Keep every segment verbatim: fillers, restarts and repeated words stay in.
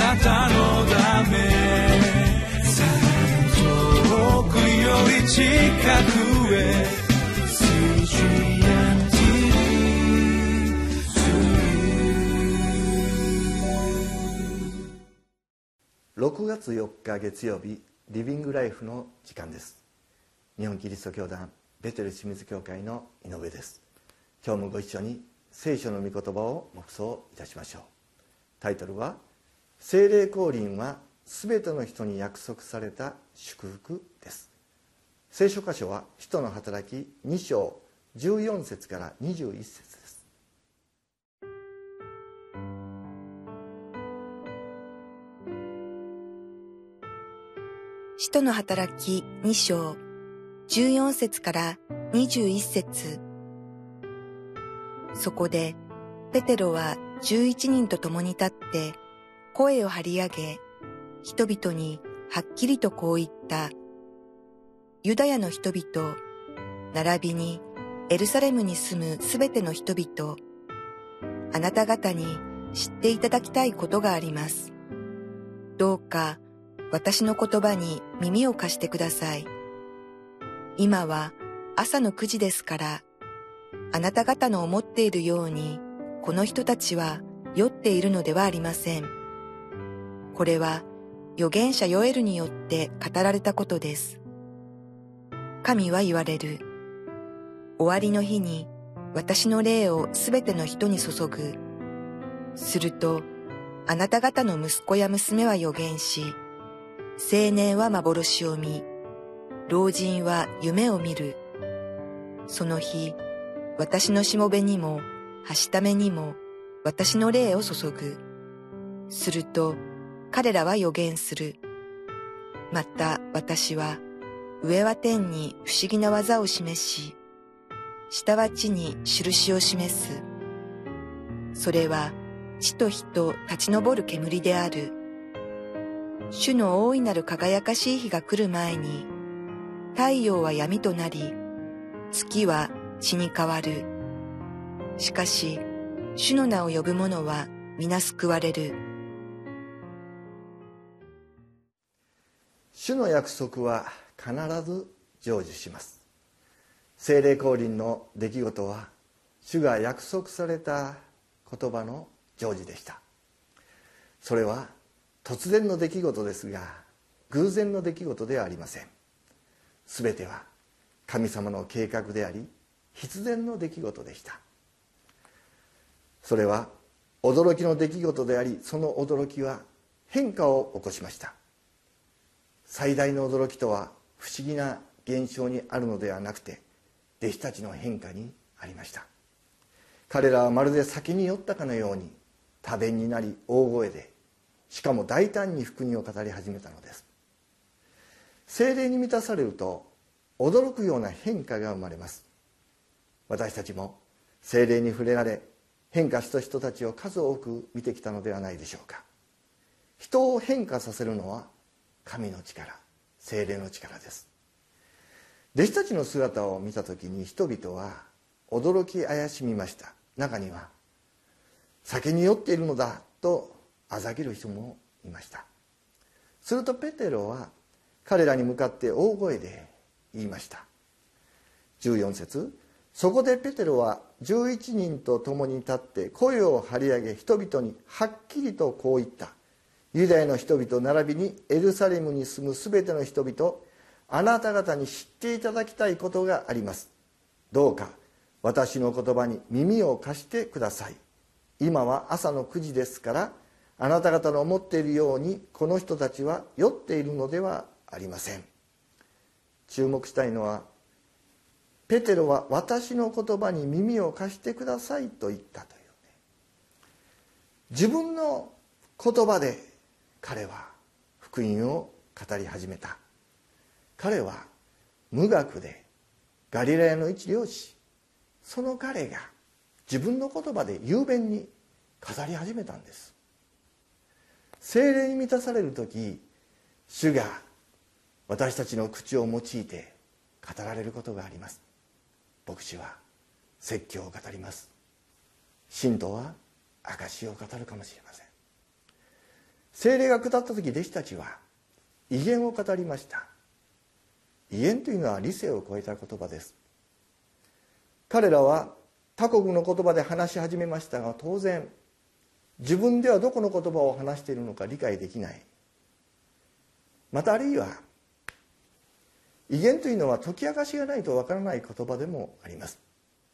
なたのため遠くより近くへろくがつよっか月曜日、リビングライフの時間です。日本キリスト教団ベテル清水教会の井上です。今日もご一緒に聖書の御言葉を黙想いたしましょう。タイトルは聖霊降臨はすべての人に約束された祝福です。聖書箇所は使徒の働きに章じゅうよん節からにじゅういち節です。 使徒の働きに章じゅうよん節からにじゅういち節。そこでペテロはじゅういちにんと共に立って声を張り上げ、人々にはっきりとこう言った。ユダヤの人々、並びにエルサレムに住むすべての人々、あなた方に知っていただきたいことがあります。どうか私の言葉に耳を貸してください。今は朝のくじですから、あなた方の思っているように、この人たちは酔っているのではありません。これは預言者ヨエルによって語られたことです。神は言われる。終わりの日に私の霊をすべての人に注ぐ。すると、あなた方の息子や娘は預言し、青年は幻を見、老人は夢を見る。その日、私のしもべにも、はしためにも、私の霊を注ぐ。すると、彼らは預言する。また私は、上は天に不思議な技を示し、下は地に印を示す。それは、地と火と立ち上る煙である。主の大いなる輝かしい日が来る前に、太陽は闇となり、月は血に変わる。しかし、主の名を呼ぶ者は皆救われる。 主の約束は必ず成就します。聖霊降臨の出来事は、主が約束された言葉の成就でした。それは突然の出来事ですが、偶然の出来事ではありません。すべては神様の計画であり、必然の出来事でした。それは驚きの出来事であり、その驚きは変化を起こしました。最大の驚きとは不思議な現象にあるのではなくて、弟子たちの変化にありました。彼らはまるで酒に酔ったかのように多弁になり、大声で、しかも大胆に福音を語り始めたのです。聖霊に満たされると驚くような変化が生まれます。私たちも聖霊に触れられ、変化した人たちを数多く見てきたのではないでしょうか。人を変化させるのは神の力、聖霊の力です。弟子たちの姿を見た時に人々は驚き怪しみました。中には酒に酔っているのだとあざける人もいました。するとペテロは彼らに向かって大声で言いました。じゅうよん節。そこでペテロはじゅういちにんと共に立って声を張り上げ、人々にはっきりとこう言った。ユダヤの人々並びにエルサレムに住むすべての人々、あなた方に知っていただきたいことがあります。どうか私の言葉に耳を貸してください。今は朝のくじですから、あなた方の思っているようにこの人たちは酔っているのではありません。注目したいのは、ペテロは私の言葉に耳を貸してくださいと言ったというね。自分の言葉で彼は福音を語り始めた。彼は無学でガリラヤの一漁師、その彼が自分の言葉で雄弁に語り始めたんです。聖霊に満たされる時、主が私たちの口を用いて語られることがあります。牧師は説教を語ります。信徒は証しを語るかもしれません。 聖霊が下った時、弟子たちは異言を語りました。異言というのは理性を超えた言葉です。彼らは他国の言葉で話し始めましたが、当然自分ではどこの言葉を話しているのか理解できない。またあるいは異言というのは解き明かしがないとわからない言葉でもあります。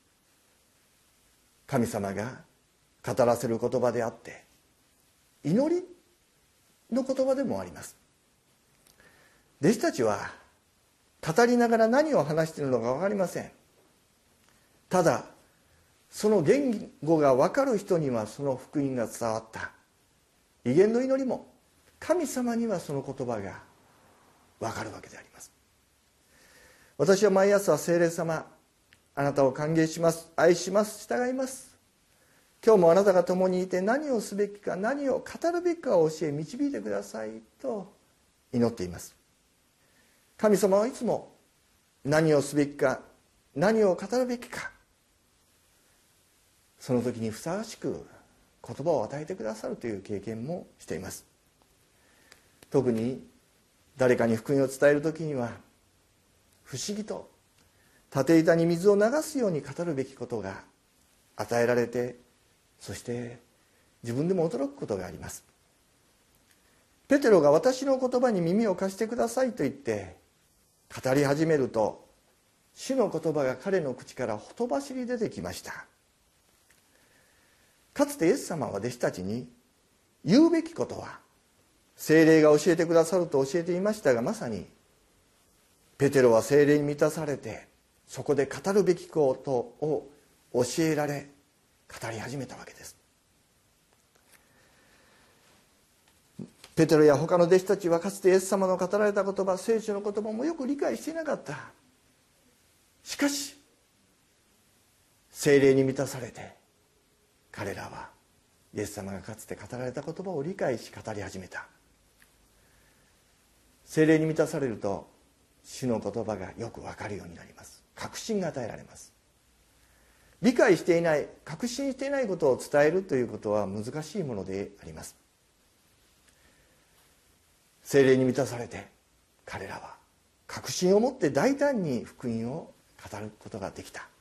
神様が語らせる言葉であって祈りの言葉でもあります。弟子たちは語りながら何を話しているのか分かりません。ただその言語が分かる人にはその福音が伝わった。異言の祈りも神様にはその言葉が分かるわけであります。私は毎朝、聖霊様、あなたを歓迎します、愛します、従います、今日もあなたが共にいて何をすべきか、何を語るべきかを教え導いてくださいと祈っています。神様はいつも何をすべきか、何を語るべきか、その時にふさわしく言葉を与えてくださるという経験もしています。特に誰かに福音を伝える時には不思議と縦板に水を流すように語るべきことが与えられて、そして自分でも驚くことがあります。ペテロが私の言葉に耳を貸してくださいと言って語り始めると、主の言葉が彼の口からほとばしり出てきました。かつてイエス様は弟子たちに言うべきことは聖霊が教えてくださると教えていましたが、まさにペテロは聖霊に満たされて、そこで語るべきことを教えられ語り始めたわけです。ペテロや他の弟子たちはかつてイエス様の語られた言葉、聖書の言葉もよく理解していなかった。しかし聖霊に満たされて彼らはイエス様がかつて語られた言葉を理解し語り始めた。聖霊に満たされると主の言葉がよく分かるようになります。確信が与えられます。理解していない、確信していないことを伝えるということは難しいものであります。聖霊に満たされて彼らは確信を持って大胆に福音を語ることができた。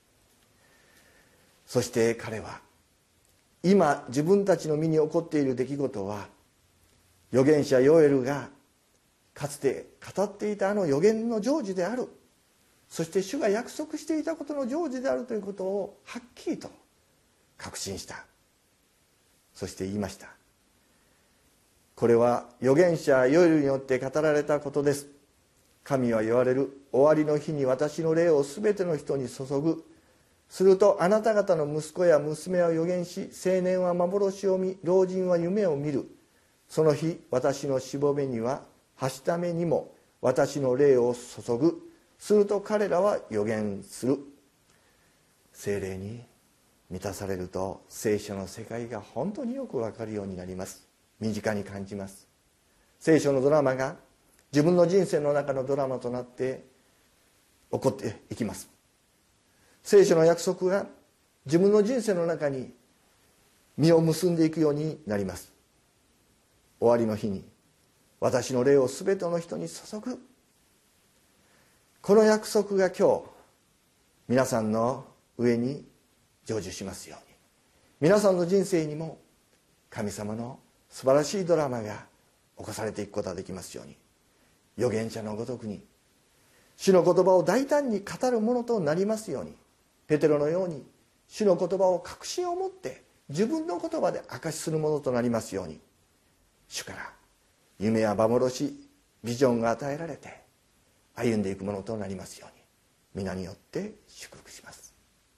そして彼は今自分たちの身に起こっている出来事は、預言者ヨエルがかつて語っていたあの預言の成就である、そして主が約束していたことの成就であるということをはっきりと確信した。そして言いました。これは預言者ヨエルによって語られたことです。神は言われる。終わりの日に私の霊をすべての人に注ぐ。するとあなた方の息子や娘は預言し、青年は幻を見、老人は夢を見る。その日私のしぼめにははしためにも私の霊を注ぐ。すると彼らは預言する。聖霊に満たされると聖書の世界が本当によくわかるようになります。身近に感じます。聖書のドラマが自分の人生の中のドラマとなって起こっていきます。聖書の約束が自分の人生の中に実を結んでいくようになります。終わりの日に私の霊をすべての人に注ぐ。この約束が今日皆さんの上に成就しますように、皆さんの人生にも神様の素晴らしいドラマが起こされていくことができますように、預言者のごとくに主の言葉を大胆に語るものとなりますように、ペテロのように主の言葉を確信を持って自分の言葉で証しするものとなりますように、主から夢や幻、ビジョンが与えられて歩んでいくものとなりますように、皆によって祝福します。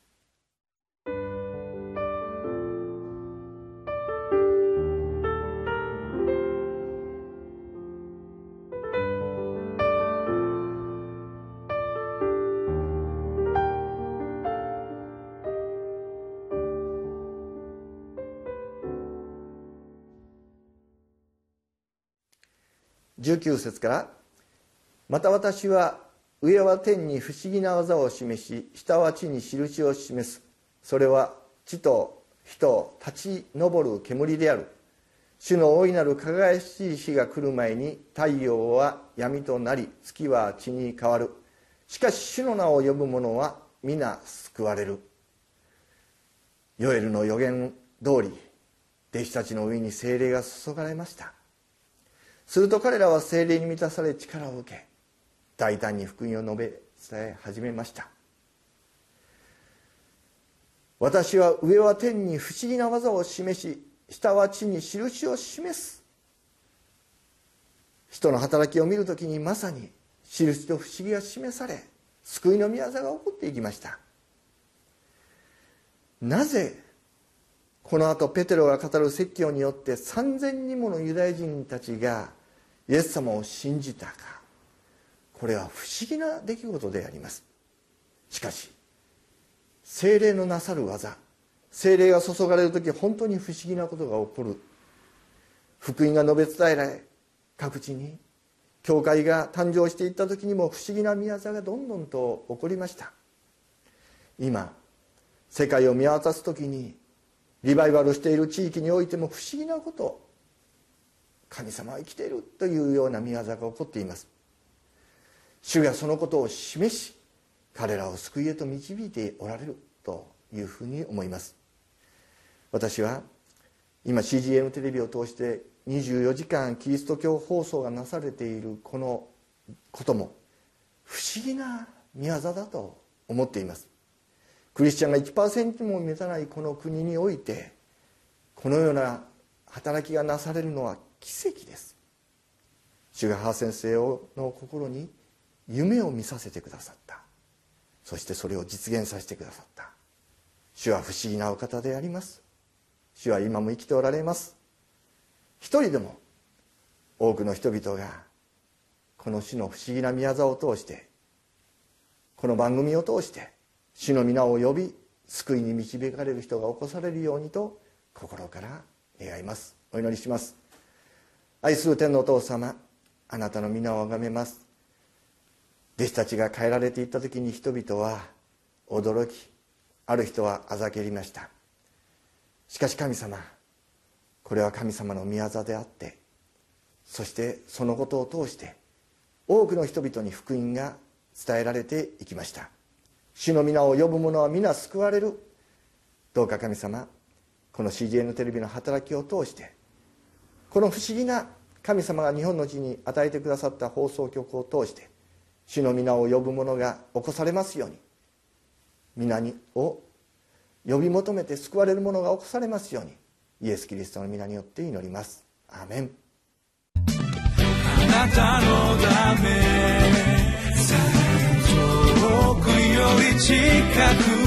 じゅうきゅう節から、また私は上は天に不思議な技を示し、下は地に印を示す。それは地と火と立ち上る煙である。 主の大いなる輝かしい日が来る前に太陽は闇となり月は血に変わる。しかし主の名を呼ぶ者は皆救われる。ヨエルの予言通り弟子たちの上に聖霊が注がれました。すると彼らは聖霊に満たされ力を受け、大胆に福音を述べ伝え始めました。私は上は天に不思議な技を示し、下は地に印を示す。人の働きを見るときにまさに印と不思議が示され、救いの御業が起こっていきました。なぜこの後ペテロが語る説教によってさんぜんにんものユダヤ人たちがイエス様を信じたか。これは不思議な出来事であります。しかし聖霊のなさる技、聖霊が注がれる時本当に不思議なことが起こる。福音が述べ伝えられ、各地に教会が誕生していった時にも不思議な御業がどんどんと起こりました。今世界を見渡す時にリバイバルしている地域においても不思議なこと、神様は生きているというような御業が起こっています。主がそのことを示し、彼らを救いへと導いておられるというふうに思います。私は今 シージーエヌ テレビを通してにじゅうよじかんキリスト教放送がなされているこのことも不思議な御業だと思っています。クリスチャンが いちパーセント も満たないこの国においてこのような働きがなされるのは奇跡です。主が母先生の心に夢を見させてくださった。そしてそれを実現させてくださった。主は不思議なお方であります。主は今も生きておられます。一人でも多くの人々がこの主の不思議な御業を通して、この番組を通して主の皆を呼び救いに導かれる人が起こされるようにと心から願います。お祈りします。愛する天のお父様、あなたの皆をあがめます。弟子たちが帰られていった時に人々は驚き、ある人はあざけりました。しかし神様、これは神様の御業であって、そしてそのことを通して多くの人々に福音が伝えられていきました。主の皆を呼ぶ者は皆救われる。どうか神様、この シージーエヌ テレビの働きを通して、この不思議な神様が日本の地に与えてくださった放送局を通して主の皆を呼ぶ者が起こされますように、皆にを呼び求めて救われる者が起こされますように、イエス・キリストの皆によって祈ります。アーメン。 あなたのため遠くより近く